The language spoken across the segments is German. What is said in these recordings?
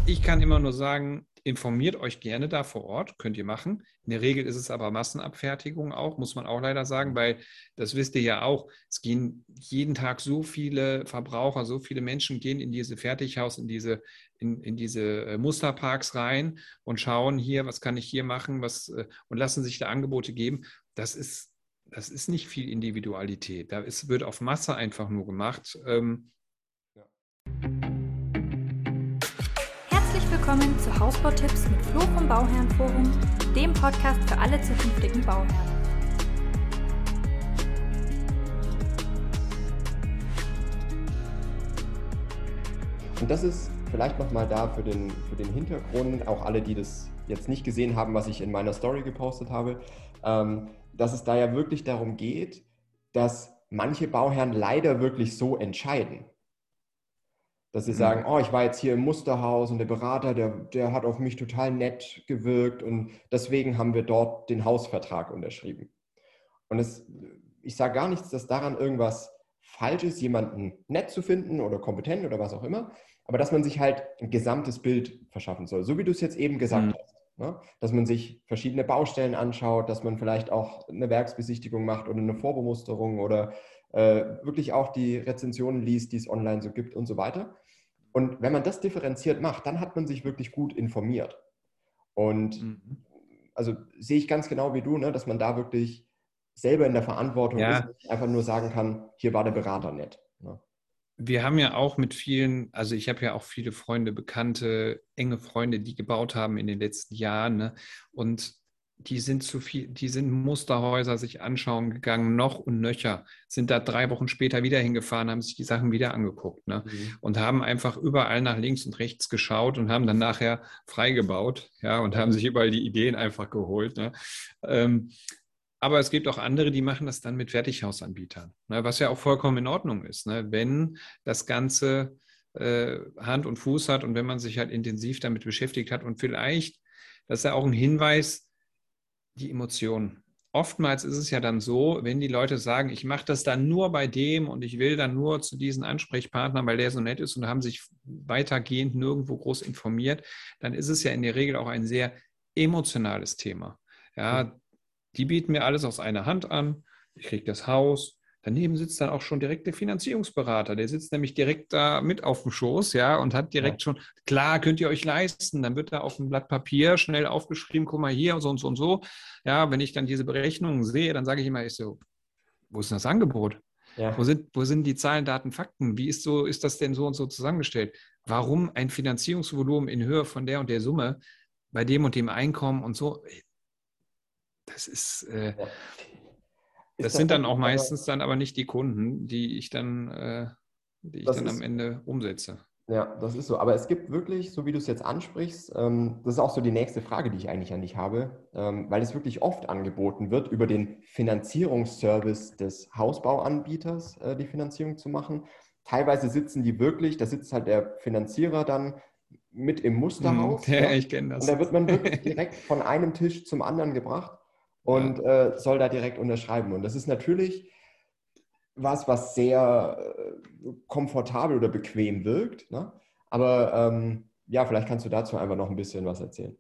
Ich kann immer nur sagen, informiert euch gerne da vor Ort, könnt ihr machen. In der Regel ist es aber Massenabfertigung auch, muss man auch leider sagen, weil das wisst ihr ja auch, es gehen jeden Tag so viele Verbraucher, so viele Menschen gehen in diese Fertighaus, in diese Musterparks rein und schauen hier, was kann ich hier machen, und lassen sich da Angebote geben. Das ist nicht viel Individualität. Wird auf Masse einfach nur gemacht. Herzlich willkommen zu Hausbautipps mit Flo vom Bauherrenforum, dem Podcast für alle zukünftigen Bauherren. Und das ist vielleicht nochmal da für den Hintergrund, auch alle, die das jetzt nicht gesehen haben, was ich in meiner Story gepostet habe, dass es da ja wirklich darum geht, dass manche Bauherren leider wirklich so entscheiden. Dass sie sagen, oh, ich war jetzt hier im Musterhaus und der Berater, der hat auf mich total nett gewirkt und deswegen haben wir dort den Hausvertrag unterschrieben. Und ich sage gar nichts, dass daran irgendwas falsch ist, jemanden nett zu finden oder kompetent oder was auch immer, aber dass man sich halt ein gesamtes Bild verschaffen soll, so wie du es jetzt eben gesagt hast. Ne? Dass man sich verschiedene Baustellen anschaut, dass man vielleicht auch eine Werksbesichtigung macht oder eine Vorbemusterung oder wirklich auch die Rezensionen liest, die es online so gibt und so weiter. Und wenn man das differenziert macht, dann hat man sich wirklich gut informiert. Und also sehe ich ganz genau wie du, ne, dass man da wirklich selber in der Verantwortung ist, nicht einfach nur sagen kann, hier war der Berater nett. Ne? Wir haben ja auch mit vielen, also ich habe ja auch viele Freunde, Bekannte, enge Freunde, die gebaut haben in den letzten Jahren, ne? Und die sind Musterhäuser sich anschauen gegangen, noch und nöcher, sind da 3 Wochen später wieder hingefahren, haben sich die Sachen wieder angeguckt, ne? Und haben einfach überall nach links und rechts geschaut und haben dann nachher freigebaut, ja, und haben sich überall die Ideen einfach geholt, ne? Aber es gibt auch andere, die machen das dann mit Fertighausanbietern, ne, was ja auch vollkommen in Ordnung ist, ne, wenn das Ganze Hand und Fuß hat und wenn man sich halt intensiv damit beschäftigt hat und vielleicht, das ist ja auch ein Hinweis, die Emotionen. Oftmals ist es ja dann so, wenn die Leute sagen, ich mache das dann nur bei dem und ich will dann nur zu diesen Ansprechpartnern, weil der so nett ist und haben sich weitergehend nirgendwo groß informiert, dann ist es ja in der Regel auch ein sehr emotionales Thema. Ja, die bieten mir alles aus einer Hand an, ich kriege das Haus. Daneben sitzt dann auch schon direkt der Finanzierungsberater. Der sitzt nämlich direkt da mit auf dem Schoß, ja, und hat direkt schon, klar, könnt ihr euch leisten. Dann wird da auf dem Blatt Papier schnell aufgeschrieben, guck mal hier, so und so und so. Ja, wenn ich dann diese Berechnungen sehe, dann sage ich immer, wo ist denn das Angebot? Ja. Wo sind die Zahlen, Daten, Fakten? Ist das denn so und so zusammengestellt? Warum ein Finanzierungsvolumen in Höhe von der und der Summe bei dem und dem Einkommen und so? Das ist... Das sind dann auch meistens dann aber nicht die Kunden, die ich dann am Ende umsetze. Ja, das ist so. Aber es gibt wirklich, so wie du es jetzt ansprichst, das ist auch so die nächste Frage, die ich eigentlich an dich habe, weil es wirklich oft angeboten wird, über den Finanzierungsservice des Hausbauanbieters die Finanzierung zu machen. Teilweise sitzen die wirklich, da sitzt halt der Finanzierer dann mit im Musterhaus. Ja, ich kenne das. Und da wird man wirklich direkt von einem Tisch zum anderen gebracht. Und soll da direkt unterschreiben. Und das ist natürlich was sehr komfortabel oder bequem wirkt. Ne? Aber vielleicht kannst du dazu einfach noch ein bisschen was erzählen.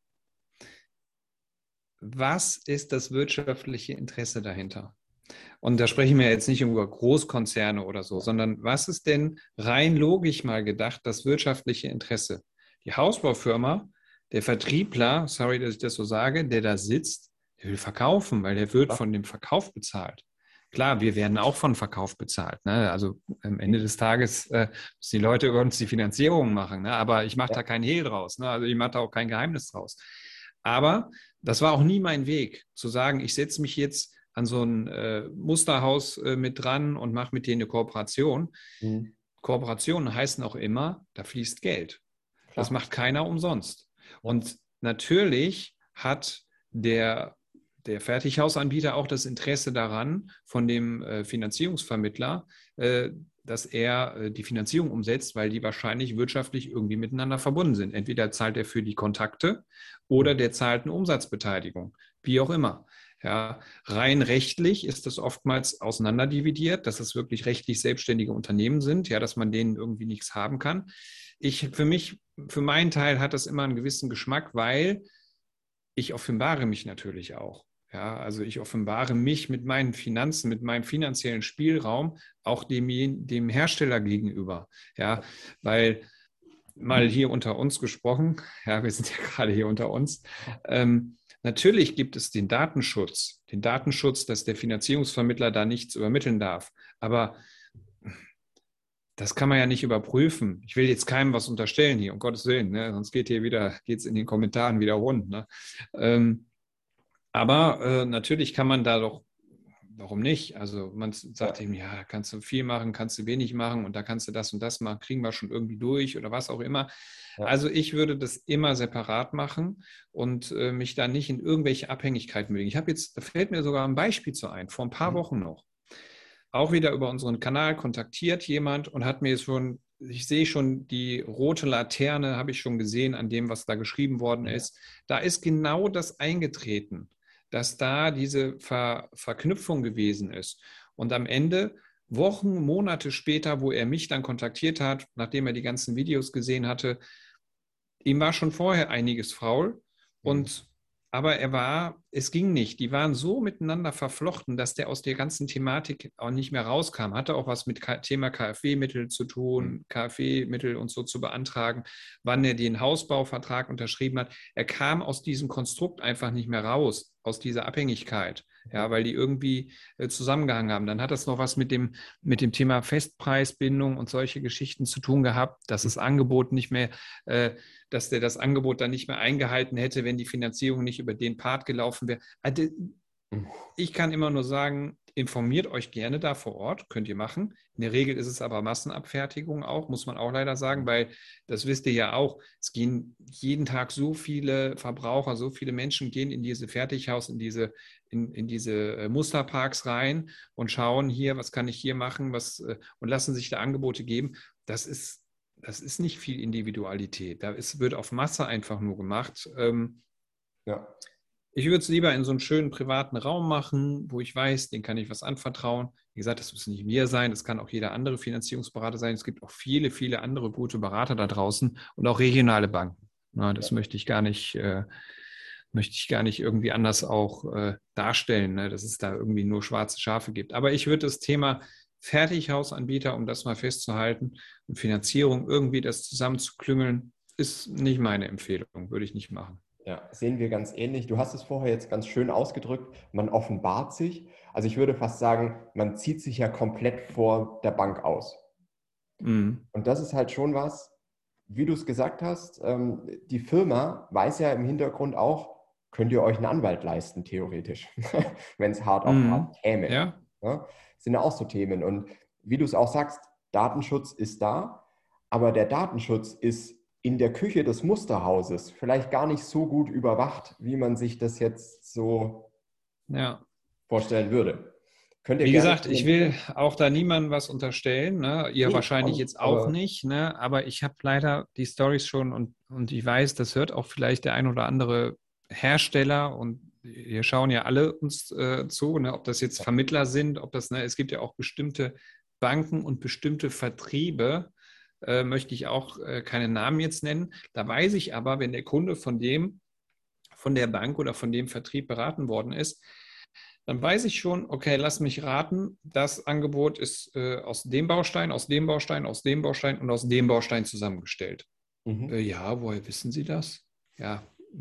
Was ist das wirtschaftliche Interesse dahinter? Und da sprechen wir jetzt nicht über Großkonzerne oder so, sondern was ist denn rein logisch mal gedacht das wirtschaftliche Interesse? Die Hausbaufirma, der Vertriebler, sorry, dass ich das so sage, der da sitzt, der will verkaufen, weil der wird von dem Verkauf bezahlt. Klar, wir werden auch von Verkauf bezahlt. Ne? Also am Ende des Tages müssen die Leute über uns die Finanzierung machen. Ne? Aber ich mache da keinen Hehl draus. Ne? Also ich mache da auch kein Geheimnis draus. Aber das war auch nie mein Weg, zu sagen, ich setze mich jetzt an so ein Musterhaus mit dran und mache mit denen eine Kooperation. Kooperationen heißen auch immer, da fließt Geld. Klar. Das macht keiner umsonst. Und natürlich hat der Fertighausanbieter auch das Interesse daran, von dem Finanzierungsvermittler, dass er die Finanzierung umsetzt, weil die wahrscheinlich wirtschaftlich irgendwie miteinander verbunden sind. Entweder zahlt er für die Kontakte oder der zahlt eine Umsatzbeteiligung, wie auch immer. Ja, rein rechtlich ist das oftmals auseinanderdividiert, dass es wirklich rechtlich selbstständige Unternehmen sind, ja, dass man denen irgendwie nichts haben kann. Für meinen Teil hat das immer einen gewissen Geschmack, weil ich offenbare mich natürlich auch. Ja, also ich offenbare mich mit meinen Finanzen, mit meinem finanziellen Spielraum auch dem Hersteller gegenüber. Ja, weil mal hier unter uns gesprochen, ja, wir sind ja gerade hier unter uns, natürlich gibt es den Datenschutz, dass der Finanzierungsvermittler da nichts übermitteln darf. Aber das kann man ja nicht überprüfen. Ich will jetzt keinem was unterstellen hier, um Gottes Willen, ne? Sonst geht es in den Kommentaren wieder rund. Ne? Aber natürlich kann man da doch, warum nicht? Also man sagt ihm, ja, kannst du viel machen, kannst du wenig machen und da kannst du das und das machen, kriegen wir schon irgendwie durch oder was auch immer. Ja. Also ich würde das immer separat machen und mich da nicht in irgendwelche Abhängigkeiten bewegen. Da fällt mir sogar ein Beispiel zu ein, vor ein paar Wochen noch. Auch wieder über unseren Kanal kontaktiert jemand und hat mir ich sehe schon die rote Laterne, habe ich schon gesehen an dem, was da geschrieben worden ist. Da ist genau das eingetreten, dass da diese Verknüpfung gewesen ist. Und am Ende, Wochen, Monate später, wo er mich dann kontaktiert hat, nachdem er die ganzen Videos gesehen hatte, ihm war schon vorher einiges faul aber es ging nicht. Die waren so miteinander verflochten, dass der aus der ganzen Thematik auch nicht mehr rauskam. Hatte auch was mit Thema KfW-Mittel zu tun, KfW-Mittel und so zu beantragen, wann er den Hausbauvertrag unterschrieben hat. Er kam aus diesem Konstrukt einfach nicht mehr raus, aus dieser Abhängigkeit, ja, weil die irgendwie zusammengehangen haben. Dann hat das noch was mit dem Thema Festpreisbindung und solche Geschichten zu tun gehabt, dass das Angebot nicht mehr dass der das Angebot dann nicht mehr eingehalten hätte, wenn die Finanzierung nicht über den Part gelaufen wäre. Also ich kann immer nur sagen, informiert euch gerne da vor Ort, könnt ihr machen. In der Regel ist es aber Massenabfertigung auch, muss man auch leider sagen, weil das wisst ihr ja auch, es gehen jeden Tag so viele Verbraucher, so viele Menschen gehen in diese Fertighaus, in diese Musterparks rein und schauen hier, was kann ich hier machen, und lassen sich da Angebote geben. Das ist nicht viel Individualität. Wird auf Masse einfach nur gemacht. Ich würde es lieber in so einem schönen privaten Raum machen, wo ich weiß, den kann ich was anvertrauen. Wie gesagt, das muss nicht wir sein, das kann auch jeder andere Finanzierungsberater sein. Es gibt auch viele, viele andere gute Berater da draußen und auch regionale Banken. Das möchte ich gar nicht irgendwie anders auch darstellen, dass es da irgendwie nur schwarze Schafe gibt. Aber ich würde das Thema Fertighausanbieter, um das mal festzuhalten, und Finanzierung irgendwie das zusammenzuklüngeln, ist nicht meine Empfehlung, würde ich nicht machen. Ja, sehen wir ganz ähnlich. Du hast es vorher jetzt ganz schön ausgedrückt, man offenbart sich. Also ich würde fast sagen, man zieht sich ja komplett vor der Bank aus. Und das ist halt schon was, wie du es gesagt hast, die Firma weiß ja im Hintergrund auch, könnt ihr euch einen Anwalt leisten, theoretisch, wenn es hart auf hart käme. Ja. Ja, sind ja auch so Themen. Und wie du es auch sagst, Datenschutz ist da, aber der Datenschutz ist in der Küche des Musterhauses vielleicht gar nicht so gut überwacht, wie man sich das jetzt so vorstellen würde. Wie gesagt, ich will auch da niemandem was unterstellen, ne? Ihr wahrscheinlich jetzt auch nicht, ne? Aber ich habe leider die Storys schon und ich weiß, das hört auch vielleicht der ein oder andere Hersteller und wir schauen ja alle uns zu, ne? Ob das jetzt Vermittler sind, es gibt ja auch bestimmte Banken und bestimmte Vertriebe, möchte ich auch keine Namen jetzt nennen. Da weiß ich aber, wenn der Kunde von der Bank oder von dem Vertrieb beraten worden ist, dann weiß ich schon, okay, lass mich raten, das Angebot ist aus dem Baustein, aus dem Baustein, aus dem Baustein und aus dem Baustein zusammengestellt. Ja, woher wissen Sie das? Ja,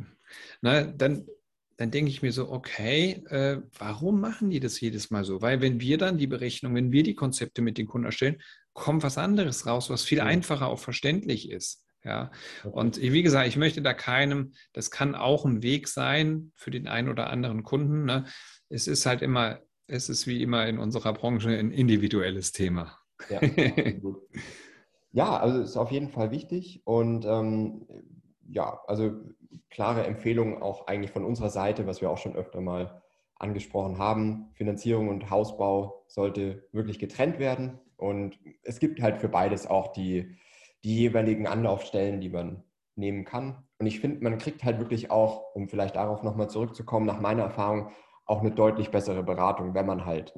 dann denke ich mir so, okay, warum machen die das jedes Mal so? Weil wenn wir dann wenn wir die Konzepte mit den Kunden erstellen, kommt was anderes raus, was viel einfacher auch verständlich ist. Ja, und wie gesagt, ich möchte da das kann auch ein Weg sein für den einen oder anderen Kunden. Ne? Es ist wie immer in unserer Branche ein individuelles Thema. Ja, gut. Ja, also ist auf jeden Fall wichtig und also klare Empfehlung auch eigentlich von unserer Seite, was wir auch schon öfter mal angesprochen haben. Finanzierung und Hausbau sollte wirklich getrennt werden und es gibt halt für beides auch die jeweiligen Anlaufstellen, die man nehmen kann. Und ich finde, man kriegt halt wirklich auch, um vielleicht darauf nochmal zurückzukommen, nach meiner Erfahrung, auch eine deutlich bessere Beratung, wenn man halt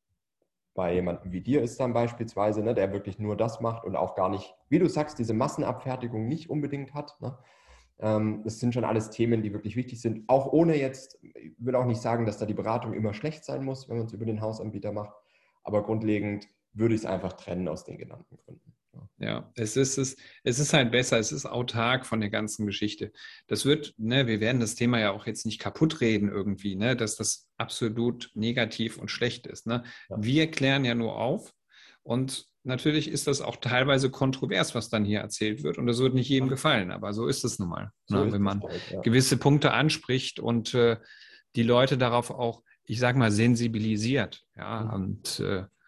bei jemandem wie dir ist dann beispielsweise, ne, der wirklich nur das macht und auch gar nicht, wie du sagst, diese Massenabfertigung nicht unbedingt hat. Ne? Das sind schon alles Themen, die wirklich wichtig sind, auch ohne jetzt, ich will auch nicht sagen, dass da die Beratung immer schlecht sein muss, wenn man es über den Hausanbieter macht, aber grundlegend würde ich es einfach trennen aus den genannten Gründen. Ja, es ist halt besser, es ist autark von der ganzen Geschichte. Das wird, ne, wir werden das Thema ja auch jetzt nicht kaputt reden irgendwie, ne, dass das absolut negativ und schlecht ist. Ne? Ja. Wir klären ja nur auf und natürlich ist das auch teilweise kontrovers, was dann hier erzählt wird und das wird nicht jedem gefallen, aber so ist es nun mal, So ne, wenn man halt, ja. gewisse Punkte anspricht und die Leute darauf auch, ich sag mal, sensibilisiert. Ja, und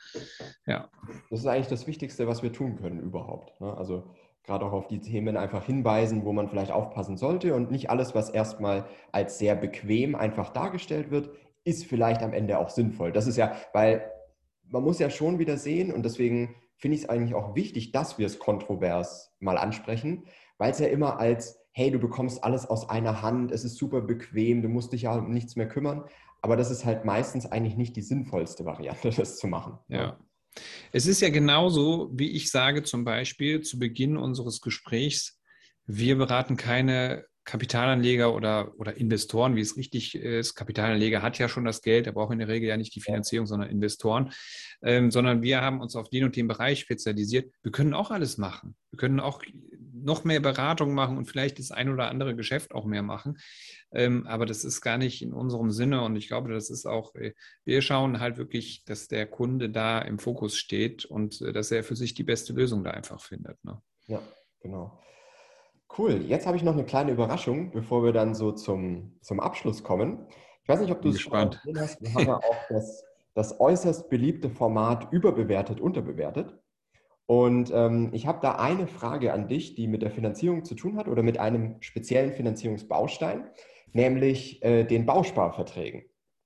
ja. Das ist eigentlich das Wichtigste, was wir tun können überhaupt. Ne? Also gerade auch auf die Themen einfach hinweisen, wo man vielleicht aufpassen sollte und nicht alles, was erstmal als sehr bequem einfach dargestellt wird, ist vielleicht am Ende auch sinnvoll. Das ist ja, weil man muss ja schon wieder sehen und deswegen finde ich es eigentlich auch wichtig, dass wir es kontrovers mal ansprechen, weil es ja immer als, hey, du bekommst alles aus einer Hand, es ist super bequem, du musst dich ja um nichts mehr kümmern, aber das ist halt meistens eigentlich nicht die sinnvollste Variante, das zu machen. Ja. Es ist ja genauso, wie ich sage zum Beispiel zu Beginn unseres Gesprächs, wir beraten keine Kapitalanleger oder Investoren, wie es richtig ist. Kapitalanleger hat ja schon das Geld, er braucht in der Regel ja nicht die Finanzierung, sondern Investoren, sondern wir haben uns auf den und den Bereich spezialisiert. Wir können auch alles machen. Wir können auch noch mehr Beratung machen und vielleicht das ein oder andere Geschäft auch mehr machen. Aber das ist gar nicht in unserem Sinne und ich glaube, das ist auch, wir schauen halt wirklich, dass der Kunde da im Fokus steht und dass er für sich die beste Lösung da einfach findet. Ne? Ja, genau. Cool, jetzt habe ich noch eine kleine Überraschung, bevor wir dann so zum Abschluss kommen. Ich weiß nicht, ob du es schon mal gesehen hast, wir haben ja auch das äußerst beliebte Format überbewertet, unterbewertet. Und ich habe da eine Frage an dich, die mit der Finanzierung zu tun hat oder mit einem speziellen Finanzierungsbaustein, nämlich den Bausparverträgen.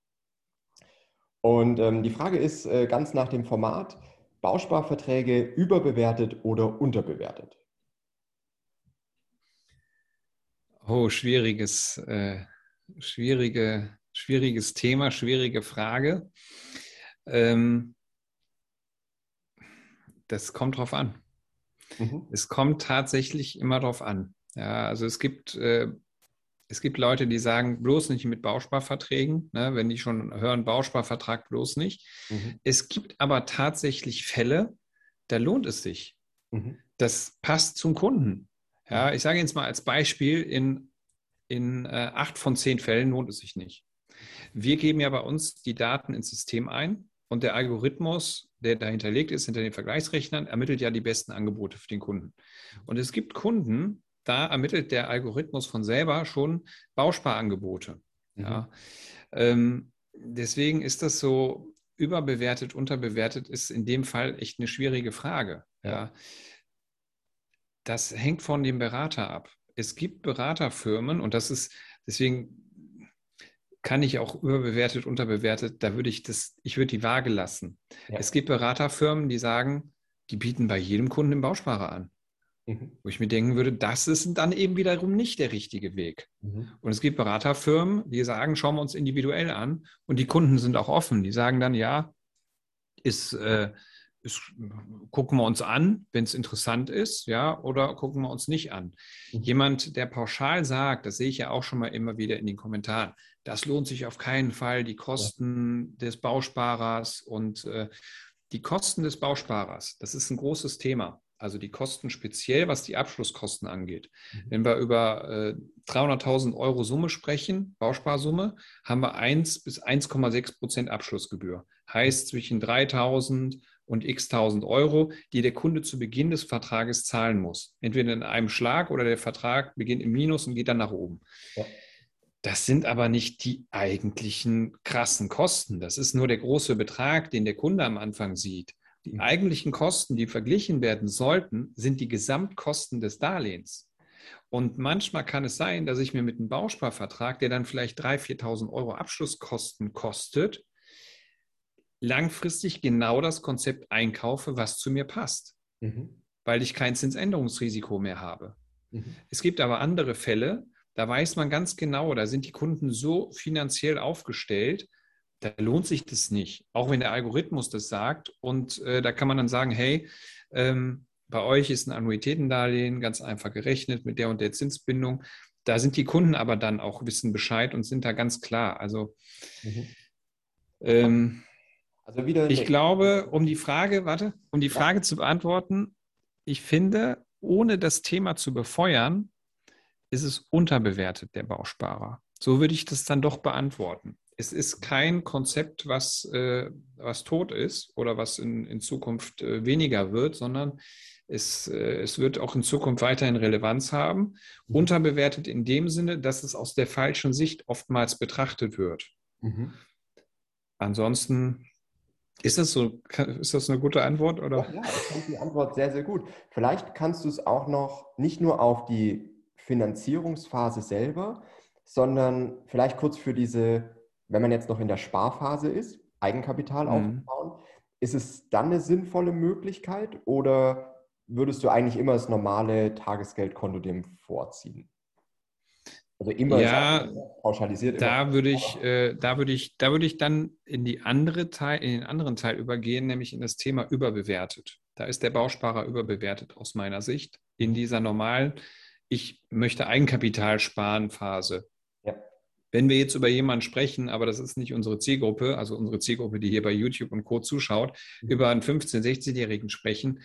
Und die Frage ist ganz nach dem Format, Bausparverträge überbewertet oder unterbewertet? Oh, schwieriges Thema, schwierige Frage. Das kommt drauf an. Es kommt tatsächlich immer drauf an. Ja, also es gibt Leute, die sagen, bloß nicht mit Bausparverträgen, ne, wenn die schon hören, Bausparvertrag bloß nicht. Es gibt aber tatsächlich Fälle, da lohnt es sich. Das passt zum Kunden. Ja, ich sage jetzt mal als Beispiel, in 8 von 10 Fällen lohnt es sich nicht. Wir geben ja bei uns die Daten ins System ein und der Algorithmus, der dahinterlegt ist, hinter den Vergleichsrechnern, ermittelt ja die besten Angebote für den Kunden. Und es gibt Kunden, da ermittelt der Algorithmus von selber schon Bausparangebote. Ja. Deswegen ist das so, überbewertet, unterbewertet, ist in dem Fall echt eine schwierige Frage. Ja. Das hängt von dem Berater ab. Es gibt Beraterfirmen und deswegen kann ich auch überbewertet, unterbewertet, ich würde die Waage lassen. Ja. Es gibt Beraterfirmen, die sagen, die bieten bei jedem Kunden den Bausparer an. Wo ich mir denken würde, das ist dann eben wiederum nicht der richtige Weg. Und es gibt Beraterfirmen, die sagen, schauen wir uns individuell an und die Kunden sind auch offen. Die sagen dann, ja, gucken wir uns an, wenn es interessant ist, ja, oder gucken wir uns nicht an. Jemand, der pauschal sagt, das sehe ich ja auch schon mal immer wieder in den Kommentaren, das lohnt sich auf keinen Fall, die Kosten des Bausparers und die Kosten des Bausparers, das ist ein großes Thema. Also die Kosten speziell, was die Abschlusskosten angeht. Wenn wir über 300.000 Euro Summe sprechen, Bausparsumme, haben wir 1 bis 1,6% Abschlussgebühr. Heißt zwischen 3.000 und x 1.000 Euro, die der Kunde zu Beginn des Vertrages zahlen muss. Entweder in einem Schlag oder der Vertrag beginnt im Minus und geht dann nach oben. Ja. Das sind aber nicht die eigentlichen krassen Kosten. Das ist nur der große Betrag, den der Kunde am Anfang sieht. Die eigentlichen Kosten, die verglichen werden sollten, sind die Gesamtkosten des Darlehens. Und manchmal kann es sein, dass ich mir mit einem Bausparvertrag, der dann vielleicht 3.000, 4.000 Euro Abschlusskosten kostet, langfristig genau das Konzept einkaufe, was zu mir passt, weil ich kein Zinsänderungsrisiko mehr habe. Es gibt aber andere Fälle, da weiß man ganz genau, da sind die Kunden so finanziell aufgestellt, da lohnt sich das nicht. Auch wenn der Algorithmus das sagt. Und da kann man dann sagen, hey, bei euch ist ein Annuitätendarlehen ganz einfach gerechnet mit der und der Zinsbindung. Da sind die Kunden aber dann auch wissen Bescheid und sind da ganz klar. Also Also wieder ich glaube, um die Frage zu beantworten, ich finde, ohne das Thema zu befeuern, ist es unterbewertet, der Bausparer. So würde ich das dann doch beantworten. Es ist kein Konzept, was tot ist oder was in Zukunft weniger wird, sondern es wird auch in Zukunft weiterhin Relevanz haben. Unterbewertet in dem Sinne, dass es aus der falschen Sicht oftmals betrachtet wird. Ansonsten ist das eine gute Antwort? Oder? Ja, ich fand die Antwort sehr, sehr gut. Vielleicht kannst du es auch noch nicht nur auf die Finanzierungsphase selber, sondern vielleicht kurz für diese, wenn man jetzt noch in der Sparphase ist, Eigenkapital aufbauen, ist es dann eine sinnvolle Möglichkeit oder würdest du eigentlich immer das normale Tagesgeldkonto dem vorziehen? Also immer Ja, pauschalisiert. da würde ich dann in den anderen Teil übergehen, nämlich in das Thema überbewertet. Da ist der Bausparer überbewertet aus meiner Sicht. In dieser normalen, ich möchte Eigenkapital sparen Phase. Ja. Wenn wir jetzt über jemanden sprechen, aber das ist nicht unsere Zielgruppe, also unsere Zielgruppe, die hier bei YouTube und Co. zuschaut, über einen 15-, 16-Jährigen sprechen,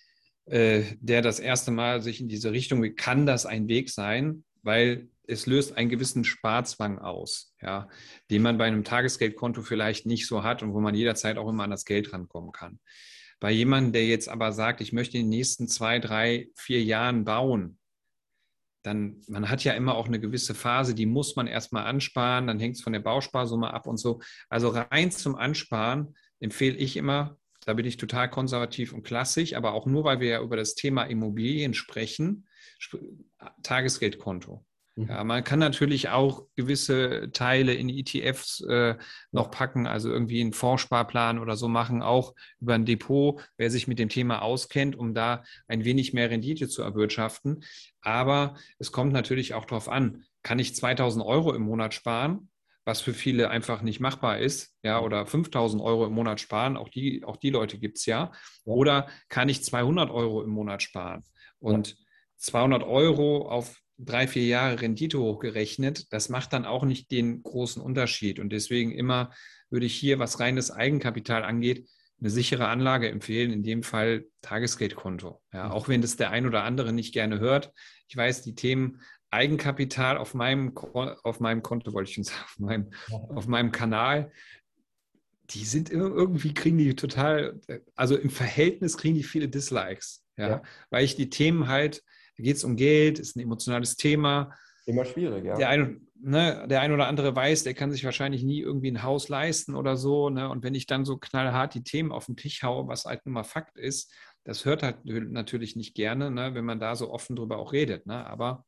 der das erste Mal sich in diese Richtung, kann das ein Weg sein, weil es löst einen gewissen Sparzwang aus, ja, den man bei einem Tagesgeldkonto vielleicht nicht so hat und wo man jederzeit auch immer an das Geld rankommen kann. Bei jemandem, der jetzt aber sagt, ich möchte in den nächsten 2, 3, 4 Jahren bauen, dann, man hat ja immer auch eine gewisse Phase, die muss man erstmal ansparen, dann hängt es von der Bausparsumme ab und so. Also rein zum Ansparen empfehle ich immer, da bin ich total konservativ und klassisch, aber auch nur, weil wir ja über das Thema Immobilien sprechen, Tagesgeldkonto. Ja, man kann natürlich auch gewisse Teile in ETFs noch packen, also irgendwie einen Fondssparplan oder so machen, auch über ein Depot, wer sich mit dem Thema auskennt, um da ein wenig mehr Rendite zu erwirtschaften. Aber es kommt natürlich auch darauf an, kann ich 2.000 Euro im Monat sparen, was für viele einfach nicht machbar ist, ja, oder 5.000 Euro im Monat sparen, auch die Leute gibt es ja. Oder kann ich 200 Euro im Monat sparen? Und 200 Euro auf 3, 4 Jahre Rendite hochgerechnet, das macht dann auch nicht den großen Unterschied. Und deswegen immer würde ich hier, was reines Eigenkapital angeht, eine sichere Anlage empfehlen, in dem Fall Tagesgeldkonto. Ja, auch wenn das der ein oder andere nicht gerne hört. Ich weiß, die Themen Eigenkapital auf meinem Konto, wollte ich schon sagen, auf meinem Kanal, die sind irgendwie, kriegen die total, also im Verhältnis kriegen die viele Dislikes. Ja. Weil ich die Themen halt, da geht es um Geld, ist ein emotionales Thema. Immer schwierig, ja. Der ein oder andere weiß, der kann sich wahrscheinlich nie irgendwie ein Haus leisten oder so. Ne? Und wenn ich dann so knallhart die Themen auf den Tisch haue, was halt nun mal Fakt ist, das hört halt natürlich nicht gerne, ne? Wenn man da so offen drüber auch redet. Ne? Aber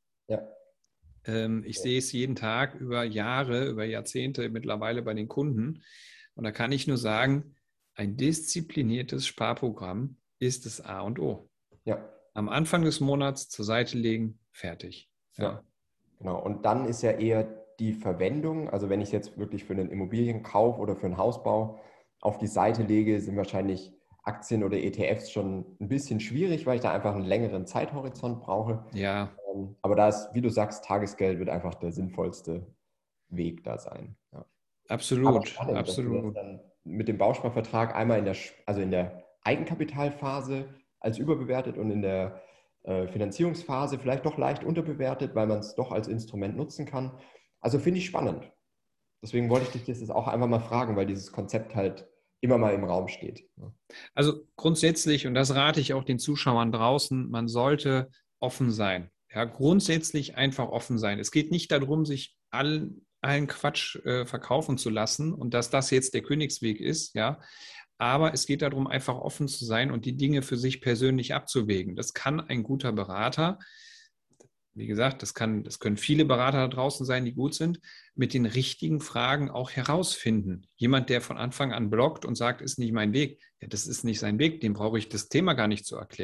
ich sehe es jeden Tag über Jahre, über Jahrzehnte mittlerweile bei den Kunden. Und da kann ich nur sagen, ein diszipliniertes Sparprogramm ist das A und O. Ja. Am Anfang des Monats zur Seite legen, fertig. Ja, genau. Und dann ist ja eher die Verwendung, also wenn ich es jetzt wirklich für einen Immobilienkauf oder für einen Hausbau auf die Seite lege, sind wahrscheinlich Aktien oder ETFs schon ein bisschen schwierig, weil ich da einfach einen längeren Zeithorizont brauche. Ja. Aber da ist, wie du sagst, Tagesgeld wird einfach der sinnvollste Weg da sein. Ja. Absolut, spannend, absolut. dass du das dann mit dem Bausparvertrag einmal in der Eigenkapitalphase als überbewertet und in der Finanzierungsphase vielleicht doch leicht unterbewertet, weil man es doch als Instrument nutzen kann. Also finde ich spannend. Deswegen wollte ich dich das auch einfach mal fragen, weil dieses Konzept halt immer mal im Raum steht. Also grundsätzlich, und das rate ich auch den Zuschauern draußen, man sollte offen sein. Ja, grundsätzlich einfach offen sein. Es geht nicht darum, sich allen Quatsch verkaufen zu lassen und dass das jetzt der Königsweg ist, ja. Aber es geht darum, einfach offen zu sein und die Dinge für sich persönlich abzuwägen. Das kann ein guter Berater, wie gesagt, das können viele Berater da draußen sein, die gut sind, mit den richtigen Fragen auch herausfinden. Jemand, der von Anfang an blockt und sagt, ist nicht mein Weg, ja, das ist nicht sein Weg, dem brauche ich das Thema gar nicht zu erklären.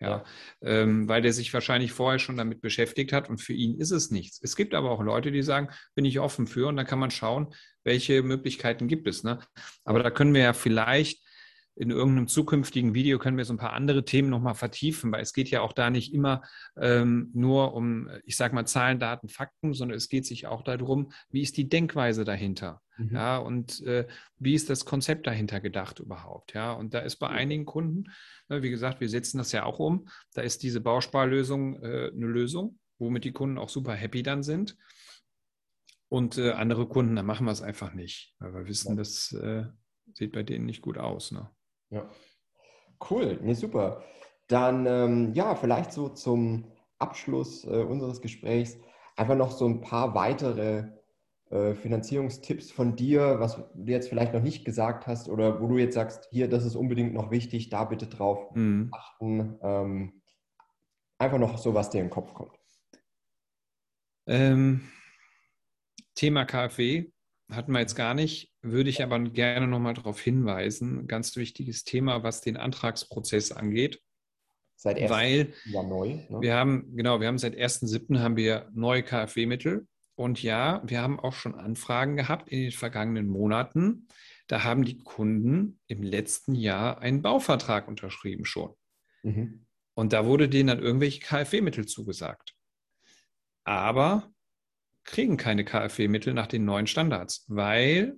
Ja, weil der sich wahrscheinlich vorher schon damit beschäftigt hat und für ihn ist es nichts. Es gibt aber auch Leute, die sagen, bin ich offen für und dann kann man schauen, welche Möglichkeiten gibt es. Ne? Aber da können wir ja vielleicht in irgendeinem zukünftigen Video können wir so ein paar andere Themen nochmal vertiefen, weil es geht ja auch da nicht immer nur um, ich sage mal, Zahlen, Daten, Fakten, sondern es geht sich auch darum, wie ist die Denkweise dahinter? Ja, und wie ist das Konzept dahinter gedacht überhaupt? Ja, und da ist bei einigen Kunden, wie gesagt, wir setzen das ja auch um, da ist diese Bausparlösung eine Lösung, womit die Kunden auch super happy dann sind. Und andere Kunden, da machen wir es einfach nicht, weil wir wissen, das sieht bei denen nicht gut aus. Ne? Ja. Cool, nee, super. Dann ja, vielleicht so zum Abschluss unseres Gesprächs einfach noch so ein paar weitere Finanzierungstipps von dir, was du jetzt vielleicht noch nicht gesagt hast oder wo du jetzt sagst, hier, das ist unbedingt noch wichtig, da bitte drauf achten. Einfach noch so, was dir in den Kopf kommt. Thema KfW hatten wir jetzt gar nicht, würde ich aber gerne nochmal darauf hinweisen. Ganz wichtiges Thema, was den Antragsprozess angeht. Seit 1. Weil Jahr neu. Ne? wir haben seit 1.7. haben wir neue KfW-Mittel. Und ja, wir haben auch schon Anfragen gehabt in den vergangenen Monaten. Da haben die Kunden im letzten Jahr einen Bauvertrag unterschrieben schon. Und da wurde denen dann irgendwelche KfW-Mittel zugesagt. Aber kriegen keine KfW-Mittel nach den neuen Standards, weil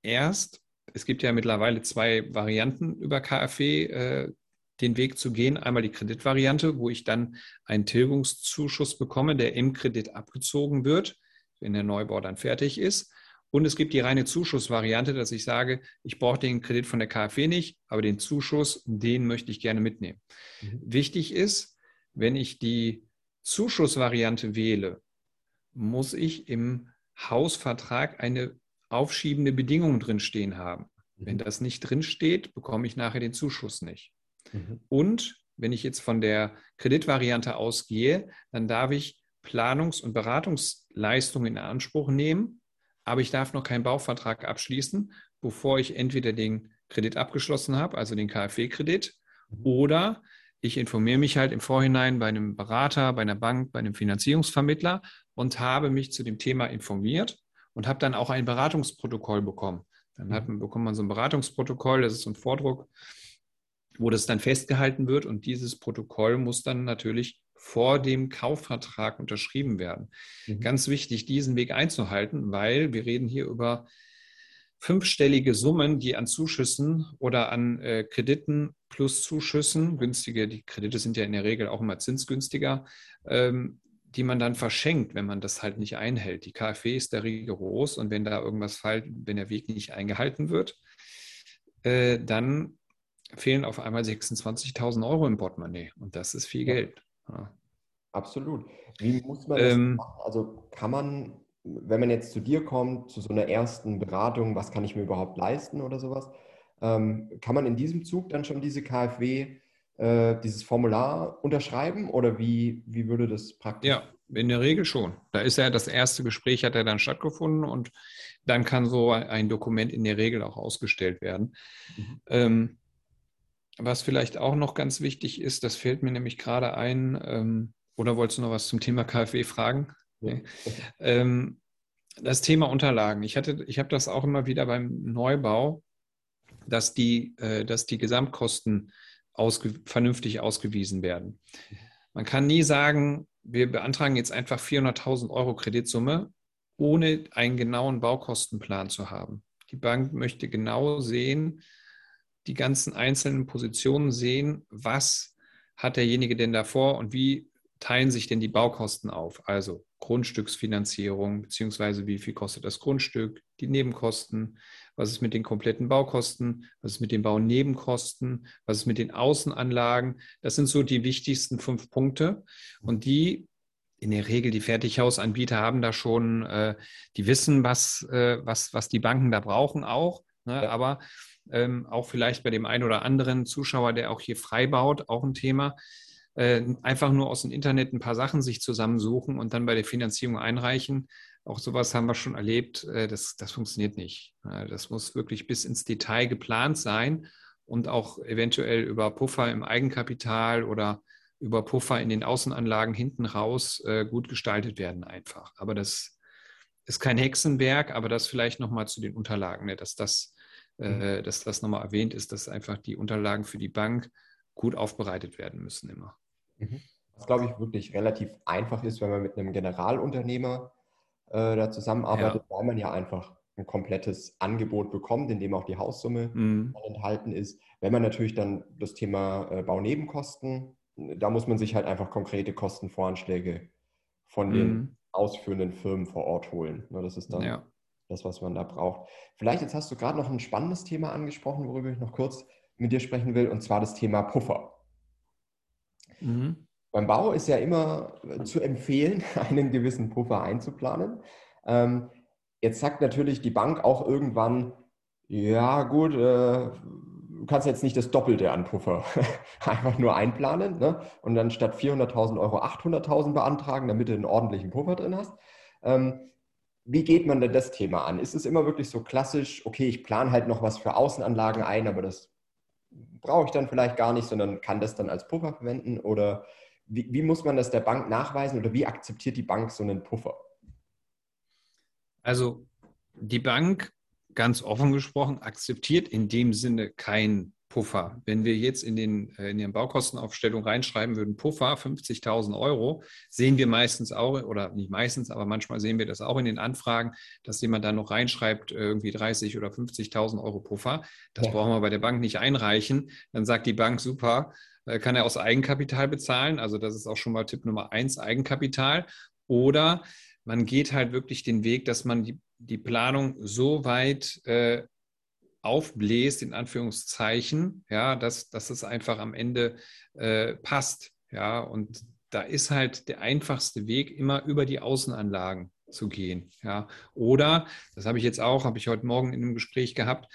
es gibt ja mittlerweile 2 Varianten über KfW, den Weg zu gehen. Einmal die Kreditvariante, wo ich dann einen Tilgungszuschuss bekomme, der im Kredit abgezogen wird, wenn der Neubau dann fertig ist. Und es gibt die reine Zuschussvariante, dass ich sage, ich brauche den Kredit von der KfW nicht, aber den Zuschuss, den möchte ich gerne mitnehmen. Wichtig ist, wenn ich die Zuschussvariante wähle, muss ich im Hausvertrag eine aufschiebende Bedingung drinstehen haben. Wenn das nicht drinsteht, bekomme ich nachher den Zuschuss nicht. Und wenn ich jetzt von der Kreditvariante ausgehe, dann darf ich Planungs- und Beratungsleistungen in Anspruch nehmen, aber ich darf noch keinen Bauvertrag abschließen, bevor ich entweder den Kredit abgeschlossen habe, also den KfW-Kredit, oder ich informiere mich halt im Vorhinein bei einem Berater, bei einer Bank, bei einem Finanzierungsvermittler und habe mich zu dem Thema informiert und habe dann auch ein Beratungsprotokoll bekommen. Dann bekommt man so ein Beratungsprotokoll, das ist so ein Vordruck, wo das dann festgehalten wird und dieses Protokoll muss dann natürlich vor dem Kaufvertrag unterschrieben werden. Ganz wichtig, diesen Weg einzuhalten, weil wir reden hier über 5-stellige Summen, die an Zuschüssen oder an Krediten plus Zuschüssen, günstige, die Kredite sind ja in der Regel auch immer zinsgünstiger, die man dann verschenkt, wenn man das halt nicht einhält. Die KfW ist da rigoros und wenn da irgendwas fällt, wenn der Weg nicht eingehalten wird, dann fehlen auf einmal 26.000 € im Portemonnaie und das ist viel Geld. Ja. Absolut. Wie muss man das machen? Also kann man, wenn man jetzt zu dir kommt, zu so einer ersten Beratung, was kann ich mir überhaupt leisten oder sowas, kann man in diesem Zug dann schon diese KfW, dieses Formular unterschreiben oder wie würde das praktisch? Ja, in der Regel schon. Da ist ja das erste Gespräch, hat ja dann stattgefunden und dann kann so ein Dokument in der Regel auch ausgestellt werden. Was vielleicht auch noch ganz wichtig ist, das fällt mir nämlich gerade ein, oder wolltest du noch was zum Thema KfW fragen? Ja. Nee. Das Thema Unterlagen. Ich habe das auch immer wieder beim Neubau, dass die Gesamtkosten vernünftig ausgewiesen werden. Man kann nie sagen, wir beantragen jetzt einfach 400.000 € Kreditsumme, ohne einen genauen Baukostenplan zu haben. Die Bank möchte genau sehen, die ganzen einzelnen Positionen sehen, was hat derjenige denn davor und wie teilen sich denn die Baukosten auf? Also Grundstücksfinanzierung, beziehungsweise wie viel kostet das Grundstück, die Nebenkosten, was ist mit den kompletten Baukosten, was ist mit den Baunebenkosten, was ist mit den Außenanlagen. Das sind so die wichtigsten 5 Punkte und die in der Regel, die Fertighausanbieter haben da schon, die wissen, was die Banken da brauchen auch, ne? Ja. Aber auch vielleicht bei dem einen oder anderen Zuschauer, der auch hier frei baut, auch ein Thema, einfach nur aus dem Internet ein paar Sachen sich zusammensuchen und dann bei der Finanzierung einreichen. Auch sowas haben wir schon erlebt, das funktioniert nicht. Das muss wirklich bis ins Detail geplant sein und auch eventuell über Puffer im Eigenkapital oder über Puffer in den Außenanlagen hinten raus gut gestaltet werden einfach. Aber das ist kein Hexenwerk, aber das vielleicht nochmal zu den Unterlagen, ne, dass das nochmal erwähnt ist, dass einfach die Unterlagen für die Bank gut aufbereitet werden müssen immer. Was, glaube ich, wirklich relativ einfach ist, wenn man mit einem Generalunternehmer da zusammenarbeitet, weil man ja einfach ein komplettes Angebot bekommt, in dem auch die Haussumme enthalten ist. Wenn man natürlich dann das Thema Baunebenkosten, da muss man sich halt einfach konkrete Kostenvoranschläge von den ausführenden Firmen vor Ort holen. Das ist dann das, was man da braucht. Vielleicht, jetzt hast du gerade noch ein spannendes Thema angesprochen, worüber ich noch kurz mit dir sprechen will, und zwar das Thema Puffer. Beim Bau ist ja immer zu empfehlen, einen gewissen Puffer einzuplanen. Jetzt sagt natürlich die Bank auch irgendwann, ja gut, du kannst jetzt nicht das Doppelte an Puffer einfach nur einplanen, ne? Und dann statt 400.000 Euro 800.000 beantragen, damit du einen ordentlichen Puffer drin hast. Wie geht man denn das Thema an? Ist es immer wirklich so klassisch, okay, ich plane halt noch was für Außenanlagen ein, aber das brauche ich dann vielleicht gar nicht, sondern kann das dann als Puffer verwenden? Oder wie muss man das der Bank nachweisen oder wie akzeptiert die Bank so einen Puffer? Also die Bank, ganz offen gesprochen, akzeptiert in dem Sinne keinen Puffer. Wenn wir jetzt in die Baukostenaufstellung reinschreiben würden, Puffer 50.000 Euro, sehen wir meistens auch, oder nicht meistens, aber manchmal sehen wir das auch in den Anfragen, dass jemand da noch reinschreibt, irgendwie 30.000 oder 50.000 Euro Puffer. Das brauchen wir bei der Bank nicht einreichen. Dann sagt die Bank, super, kann er aus Eigenkapital bezahlen. Also das ist auch schon mal Tipp Nummer 1, Eigenkapital. Oder man geht halt wirklich den Weg, dass man die Planung so weit aufbläst, in Anführungszeichen, ja, dass es einfach am Ende passt. Ja, und da ist halt der einfachste Weg, immer über die Außenanlagen zu gehen. Ja. Oder, das habe ich heute Morgen in einem Gespräch gehabt,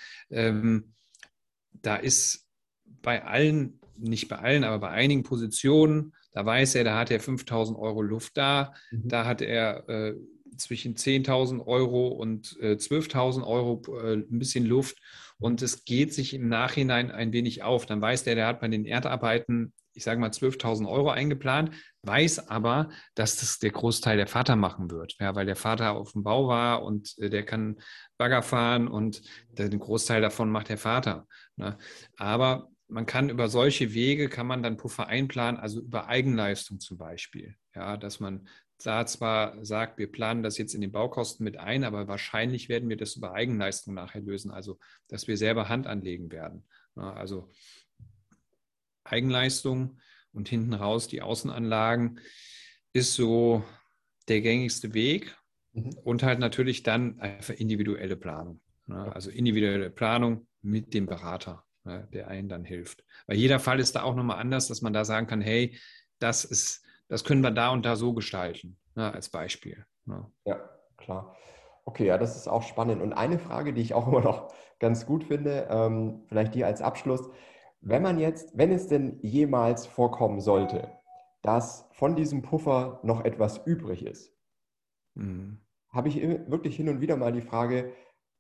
da ist bei allen, nicht bei allen, aber bei einigen Positionen, da weiß er, da hat er 5.000 Euro Luft da, da hat er zwischen 10.000 Euro und 12.000 Euro ein bisschen Luft und es geht sich im Nachhinein ein wenig auf. Dann weiß der hat bei den Erdarbeiten, ich sage mal 12.000 Euro eingeplant, weiß aber, dass das der Großteil der Vater machen wird, ja, weil der Vater auf dem Bau war und der kann Bagger fahren und den Großteil davon macht der Vater. Ne? Aber man kann über solche Wege, kann man dann Puffer einplanen, also über Eigenleistung zum Beispiel. Ja, dass man da zwar sagt, wir planen das jetzt in den Baukosten mit ein, aber wahrscheinlich werden wir das über Eigenleistung nachher lösen, also dass wir selber Hand anlegen werden. Ja, also Eigenleistung und hinten raus die Außenanlagen ist so der gängigste Weg und halt natürlich dann einfach individuelle Planung. Ne? Also individuelle Planung mit dem Berater, ne, der einen dann hilft. Weil jeder Fall ist da auch nochmal anders, dass man da sagen kann, hey, das können wir da und da so gestalten, ne, als Beispiel. Ne? Ja, klar. Okay, ja, das ist auch spannend. Und eine Frage, die ich auch immer noch ganz gut finde, vielleicht die als Abschluss. Wenn es denn jemals vorkommen sollte, dass von diesem Puffer noch etwas übrig ist, habe ich wirklich hin und wieder mal die Frage,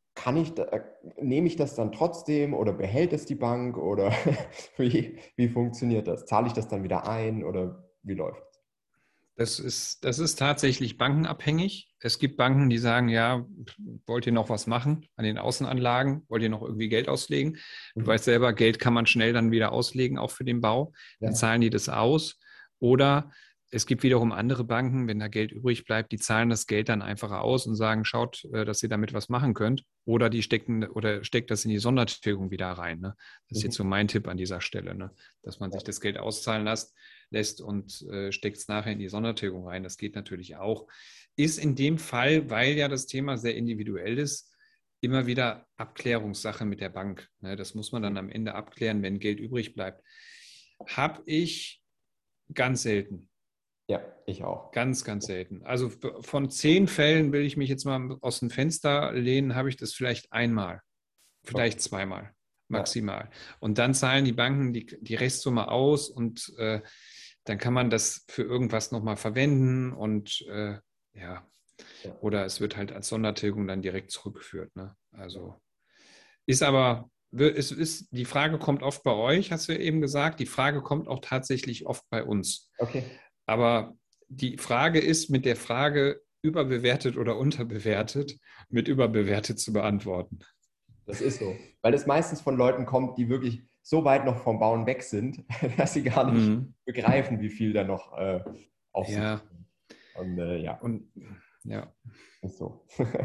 nehme ich das dann trotzdem oder behält es die Bank oder wie funktioniert das? Zahle ich das dann wieder ein oder wie läuft es? Das ist tatsächlich bankenabhängig. Es gibt Banken, die sagen, ja, wollt ihr noch was machen an den Außenanlagen? Wollt ihr noch irgendwie Geld auslegen? Du weißt selber, Geld kann man schnell dann wieder auslegen, auch für den Bau. Dann zahlen die das aus. Oder es gibt wiederum andere Banken, wenn da Geld übrig bleibt, die zahlen das Geld dann einfach aus und sagen, schaut, dass ihr damit was machen könnt. Oder die steckt das in die Sondertilgung wieder rein. Ne? Das ist jetzt so mein Tipp an dieser Stelle, ne? Dass man sich das Geld auszahlen lässt und steckt es nachher in die Sondertilgung rein. Das geht natürlich auch. Ist in dem Fall, weil ja das Thema sehr individuell ist, immer wieder Abklärungssache mit der Bank. Ne? Das muss man dann am Ende abklären, wenn Geld übrig bleibt. Habe ich ganz selten. Ja, ich auch. Ganz, ganz selten. Also von 10 Fällen, will ich mich jetzt mal aus dem Fenster lehnen, habe ich das vielleicht einmal, vielleicht zweimal maximal. Und dann zahlen die Banken die Restsumme aus und dann kann man das für irgendwas nochmal verwenden und oder es wird halt als Sondertilgung dann direkt zurückgeführt. Ne? Also ist aber die Frage kommt oft bei euch, hast du ja eben gesagt. Die Frage kommt auch tatsächlich oft bei uns. Okay. Aber die Frage ist mit der Frage überbewertet oder unterbewertet, mit überbewertet zu beantworten. Das ist so. Weil es meistens von Leuten kommt, die wirklich so weit noch vom Bauen weg sind, dass sie gar nicht begreifen, wie viel da noch auf sie Ja. kommt. Und ja. Und ja. Ist so.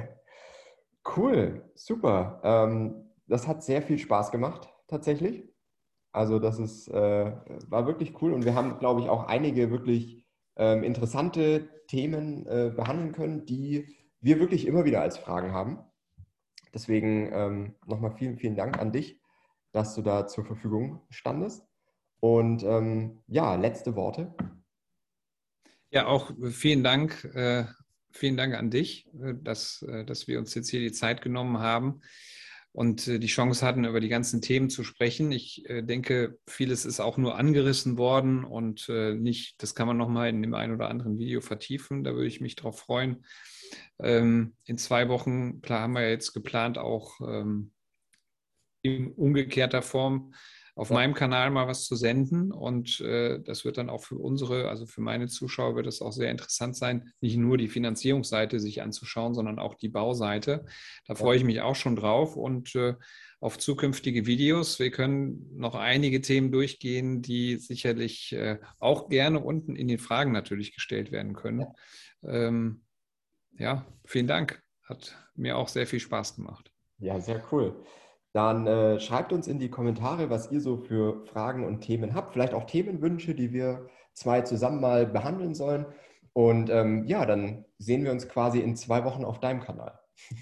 Cool, super. Das hat sehr viel Spaß gemacht, tatsächlich. Also das war wirklich cool und wir haben, glaube ich, auch einige wirklich interessante Themen behandeln können, die wir wirklich immer wieder als Fragen haben. Deswegen nochmal vielen, vielen Dank an dich, dass du da zur Verfügung standest. Und ja, letzte Worte. Ja, auch vielen Dank. Vielen Dank an dich, dass wir uns jetzt hier die Zeit genommen haben und die Chance hatten, über die ganzen Themen zu sprechen. Ich denke, vieles ist auch nur angerissen worden und nicht, das kann man nochmal in dem einen oder anderen Video vertiefen. Da würde ich mich drauf freuen. In 2 Wochen haben wir jetzt geplant, auch in umgekehrter Form auf meinem Kanal mal was zu senden und das wird dann auch für also für meine Zuschauer wird es auch sehr interessant sein, nicht nur die Finanzierungsseite sich anzuschauen, sondern auch die Bauseite. Da freue ich mich auch schon drauf und auf zukünftige Videos. Wir können noch einige Themen durchgehen, die sicherlich auch gerne unten in den Fragen natürlich gestellt werden können. Ja, vielen Dank. Hat mir auch sehr viel Spaß gemacht. Ja, sehr cool. Dann schreibt uns in die Kommentare, was ihr so für Fragen und Themen habt. Vielleicht auch Themenwünsche, die wir 2 zusammen mal behandeln sollen. Und ja, dann sehen wir uns quasi in 2 Wochen auf deinem Kanal.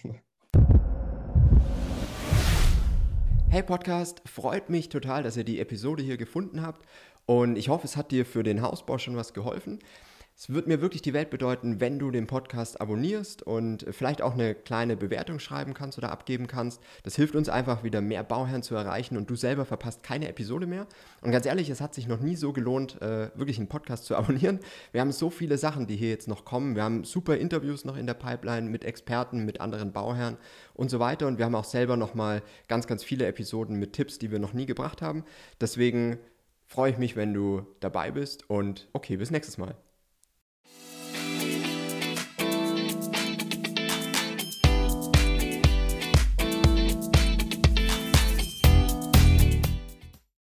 Hey Podcast, freut mich total, dass ihr die Episode hier gefunden habt. Und ich hoffe, es hat dir für den Hausbau schon was geholfen. Es wird mir wirklich die Welt bedeuten, wenn du den Podcast abonnierst und vielleicht auch eine kleine Bewertung schreiben kannst oder abgeben kannst. Das hilft uns einfach, wieder mehr Bauherren zu erreichen und du selber verpasst keine Episode mehr. Und ganz ehrlich, es hat sich noch nie so gelohnt, wirklich einen Podcast zu abonnieren. Wir haben so viele Sachen, die hier jetzt noch kommen. Wir haben super Interviews noch in der Pipeline mit Experten, mit anderen Bauherren und so weiter. Und wir haben auch selber nochmal ganz, ganz viele Episoden mit Tipps, die wir noch nie gebracht haben. Deswegen freue ich mich, wenn du dabei bist und okay, bis nächstes Mal.